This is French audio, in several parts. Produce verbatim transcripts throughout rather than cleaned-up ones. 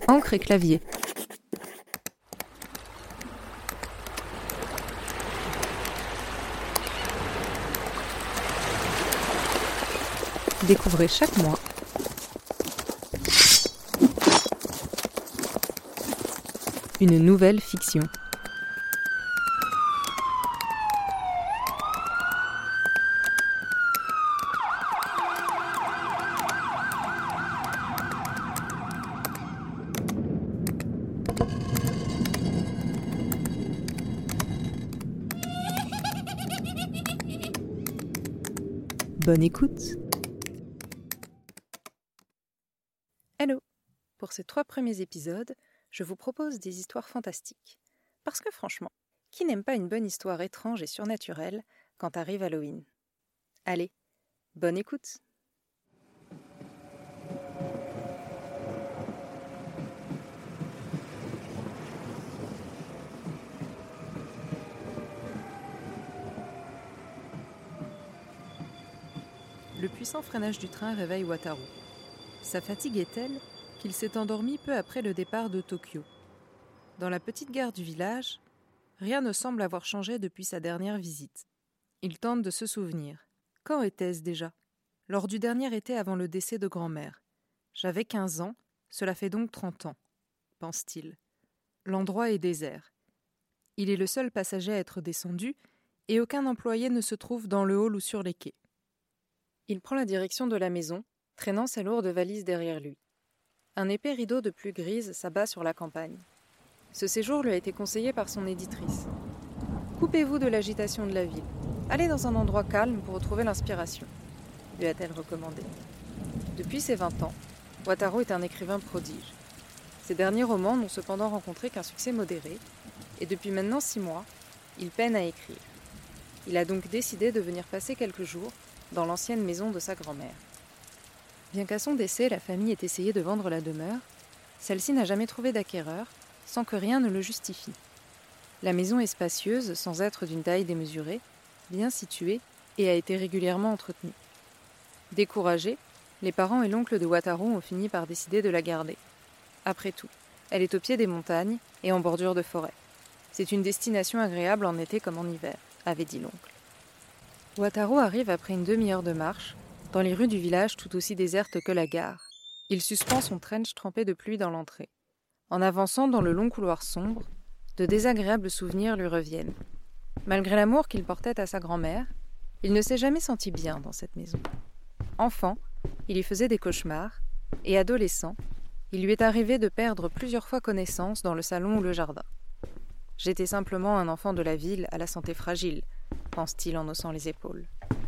encre et clavier. Découvrez chaque mois une nouvelle fiction. Bonne écoute. Hello. Pour ces trois premiers épisodes, je vous propose des histoires fantastiques. Parce que franchement, qui n'aime pas une bonne histoire étrange et surnaturelle quand arrive Halloween ? Allez, bonne écoute. Le puissant freinage du train réveille Wataru. Sa fatigue est telle qu'il s'est endormi peu après le départ de Tokyo. Dans la petite gare du village, rien ne semble avoir changé depuis sa dernière visite. Il tente de se souvenir. Quand était-ce déjà ? Lors du dernier été avant le décès de grand-mère. J'avais quinze ans, cela fait donc trente ans, pense-t-il. L'endroit est désert. Il est le seul passager à être descendu et aucun employé ne se trouve dans le hall ou sur les quais. Il prend la direction de la maison, traînant sa lourde valise derrière lui. Un épais rideau de pluie grise s'abat sur la campagne. Ce séjour lui a été conseillé par son éditrice. Coupez-vous de l'agitation de la ville. Allez dans un endroit calme pour retrouver l'inspiration, lui a-t-elle recommandé. Depuis ses vingt ans, Wataru est un écrivain prodige. Ses derniers romans n'ont cependant rencontré qu'un succès modéré, et depuis maintenant six mois, il peine à écrire. Il a donc décidé de venir passer quelques jours dans l'ancienne maison de sa grand-mère. Bien qu'à son décès, la famille ait essayé de vendre la demeure, celle-ci n'a jamais trouvé d'acquéreur, sans que rien ne le justifie. La maison est spacieuse, sans être d'une taille démesurée, bien située et a été régulièrement entretenue. Découragés, les parents et l'oncle de Wataru ont fini par décider de la garder. Après tout, elle est au pied des montagnes et en bordure de forêt. C'est une destination agréable en été comme en hiver, avait dit l'oncle. Wataru arrive après une demi-heure de marche, dans les rues du village tout aussi désertes que la gare. Il suspend son trench trempé de pluie dans l'entrée. En avançant dans le long couloir sombre, de désagréables souvenirs lui reviennent. Malgré l'amour qu'il portait à sa grand-mère, il ne s'est jamais senti bien dans cette maison. Enfant, il y faisait des cauchemars, et adolescent, il lui est arrivé de perdre plusieurs fois connaissance dans le salon ou le jardin. « J'étais simplement un enfant de la ville à la santé fragile », pense-t-il en haussant les épaules.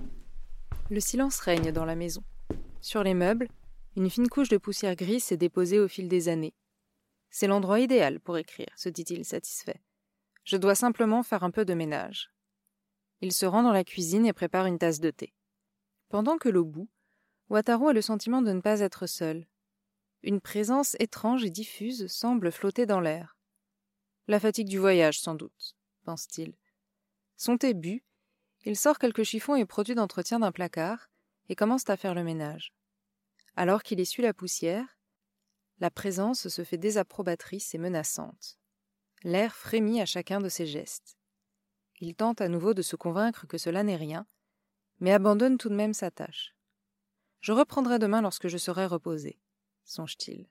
Le silence règne dans la maison. Sur les meubles, une fine couche de poussière grise s'est déposée au fil des années. C'est l'endroit idéal pour écrire, se dit-il satisfait. Je dois simplement faire un peu de ménage. Il se rend dans la cuisine et prépare une tasse de thé. Pendant que l'eau bout, Wataru a le sentiment de ne pas être seul. Une présence étrange et diffuse semble flotter dans l'air. La fatigue du voyage, sans doute, pense-t-il. Son thé bu, il sort quelques chiffons et produits d'entretien d'un placard et commence à faire le ménage. Alors qu'il essuie la poussière, la présence se fait désapprobatrice et menaçante. L'air frémit à chacun de ses gestes. Il tente à nouveau de se convaincre que cela n'est rien, mais abandonne tout de même sa tâche. « Je reprendrai demain lorsque je serai reposé », songe-t-il.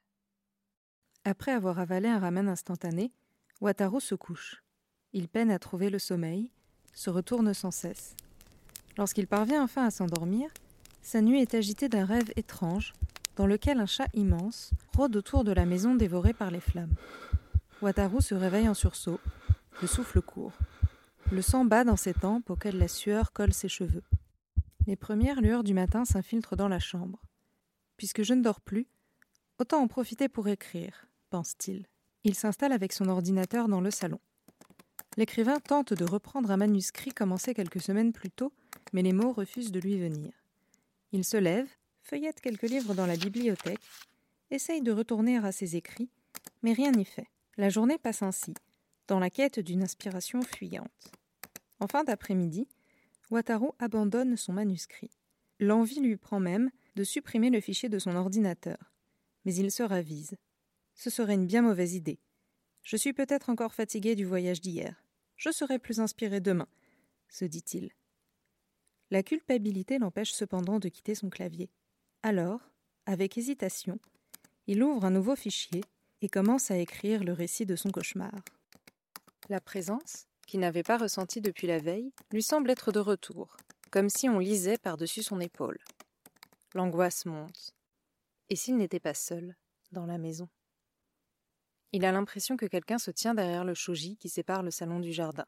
Après avoir avalé un ramen instantané, Wataru se couche. Il peine à trouver le sommeil, se retourne sans cesse. Lorsqu'il parvient enfin à s'endormir, sa nuit est agitée d'un rêve étrange dans lequel un chat immense rôde autour de la maison dévorée par les flammes. Wataru se réveille en sursaut, le souffle court. Le sang bat dans ses tempes auxquelles la sueur colle ses cheveux. Les premières lueurs du matin s'infiltrent dans la chambre. Puisque je ne dors plus, autant en profiter pour écrire, pense-t-il. Il s'installe avec son ordinateur dans le salon. L'écrivain tente de reprendre un manuscrit commencé quelques semaines plus tôt, mais les mots refusent de lui venir. Il se lève, feuillette quelques livres dans la bibliothèque, essaye de retourner à ses écrits, mais rien n'y fait. La journée passe ainsi, dans la quête d'une inspiration fuyante. En fin d'après-midi, Wataru abandonne son manuscrit. L'envie lui prend même de supprimer le fichier de son ordinateur, mais il se ravise. Ce serait une bien mauvaise idée. Je suis peut-être encore fatigué du voyage d'hier. Je serai plus inspiré demain, se dit-il. La culpabilité l'empêche cependant de quitter son clavier. Alors, avec hésitation, il ouvre un nouveau fichier et commence à écrire le récit de son cauchemar. La présence, qu'il n'avait pas ressentie depuis la veille, lui semble être de retour, comme si on lisait par-dessus son épaule. L'angoisse monte. Et s'il n'était pas seul, dans la maison? Il a l'impression que quelqu'un se tient derrière le shoji qui sépare le salon du jardin.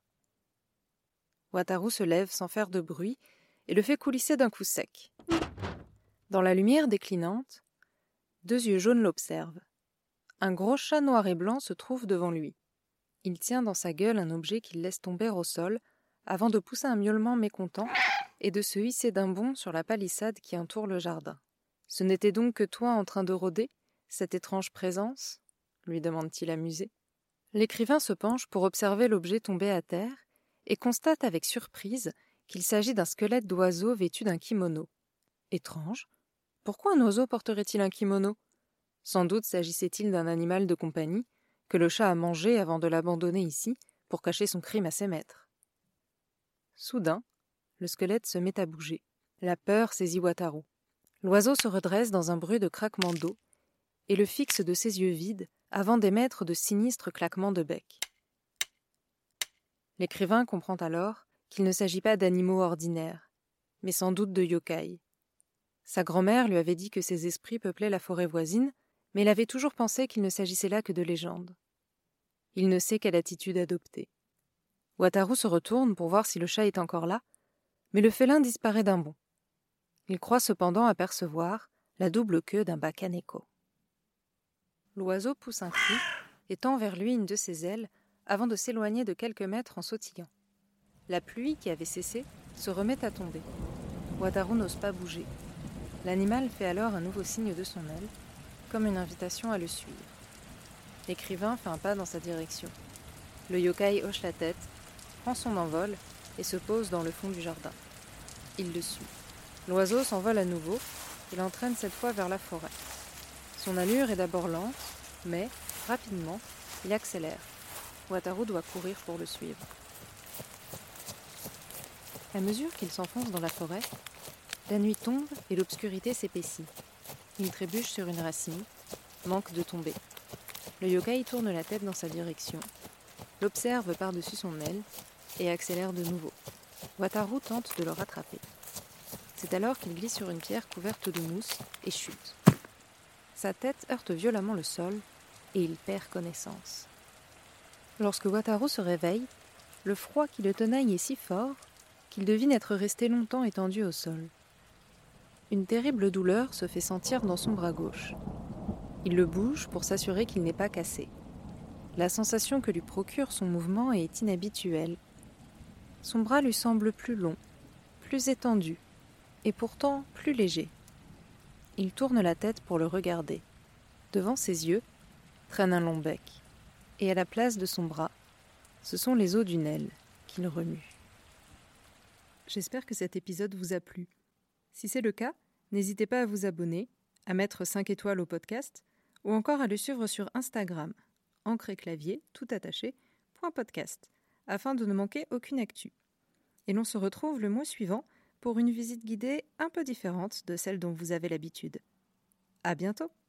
Wataru se lève sans faire de bruit et le fait coulisser d'un coup sec. Dans la lumière déclinante, deux yeux jaunes l'observent. Un gros chat noir et blanc se trouve devant lui. Il tient dans sa gueule un objet qu'il laisse tomber au sol avant de pousser un miaulement mécontent et de se hisser d'un bond sur la palissade qui entoure le jardin. « Ce n'était donc que toi en train de rôder, cette étrange présence ?» lui demande-t-il amusé. L'écrivain se penche pour observer l'objet tombé à terre et constate avec surprise qu'il s'agit d'un squelette d'oiseau vêtu d'un kimono. Étrange. Pourquoi un oiseau porterait-il un kimono ? Sans doute s'agissait-il d'un animal de compagnie que le chat a mangé avant de l'abandonner ici pour cacher son crime à ses maîtres. Soudain, le squelette se met à bouger. La peur saisit Wataru. L'oiseau se redresse dans un bruit de craquement d'eau et le fixe de ses yeux vides avant d'émettre de sinistres claquements de bec. L'écrivain comprend alors qu'il ne s'agit pas d'animaux ordinaires, mais sans doute de yokai. Sa grand-mère lui avait dit que ces esprits peuplaient la forêt voisine, mais il avait toujours pensé qu'il ne s'agissait là que de légendes. Il ne sait quelle attitude adopter. Wataru se retourne pour voir si le chat est encore là, mais le félin disparaît d'un bond. Il croit cependant apercevoir la double queue d'un bakaneko. L'oiseau pousse un cri et tend vers lui une de ses ailes avant de s'éloigner de quelques mètres en sautillant. La pluie, qui avait cessé, se remet à tomber. Wataru n'ose pas bouger. L'animal fait alors un nouveau signe de son aile, comme une invitation à le suivre. L'écrivain fait un pas dans sa direction. Le yokai hoche la tête, prend son envol et se pose dans le fond du jardin. Il le suit. L'oiseau s'envole à nouveau et l'entraîne cette fois vers la forêt. Son allure est d'abord lente, mais, rapidement, il accélère. Wataru doit courir pour le suivre. À mesure qu'il s'enfonce dans la forêt, la nuit tombe et l'obscurité s'épaissit. Il trébuche sur une racine, manque de tomber. Le yokai tourne la tête dans sa direction, l'observe par-dessus son aile et accélère de nouveau. Wataru tente de le rattraper. C'est alors qu'il glisse sur une pierre couverte de mousse et chute. Sa tête heurte violemment le sol et il perd connaissance. Lorsque Wataru se réveille, le froid qui le tenaille est si fort qu'il devine être resté longtemps étendu au sol. Une terrible douleur se fait sentir dans son bras gauche. Il le bouge pour s'assurer qu'il n'est pas cassé. La sensation que lui procure son mouvement est inhabituelle. Son bras lui semble plus long, plus étendu, et pourtant plus léger. Il tourne la tête pour le regarder. Devant ses yeux, traîne un long bec, et à la place de son bras, ce sont les os d'une aile qu'il remue. J'espère que cet épisode vous a plu. Si c'est le cas, n'hésitez pas à vous abonner, à mettre cinq étoiles au podcast, ou encore à le suivre sur Instagram, encre et clavier, tout attaché, point podcast, afin de ne manquer aucune actu. Et l'on se retrouve le mois suivant pour une visite guidée un peu différente de celle dont vous avez l'habitude. À bientôt!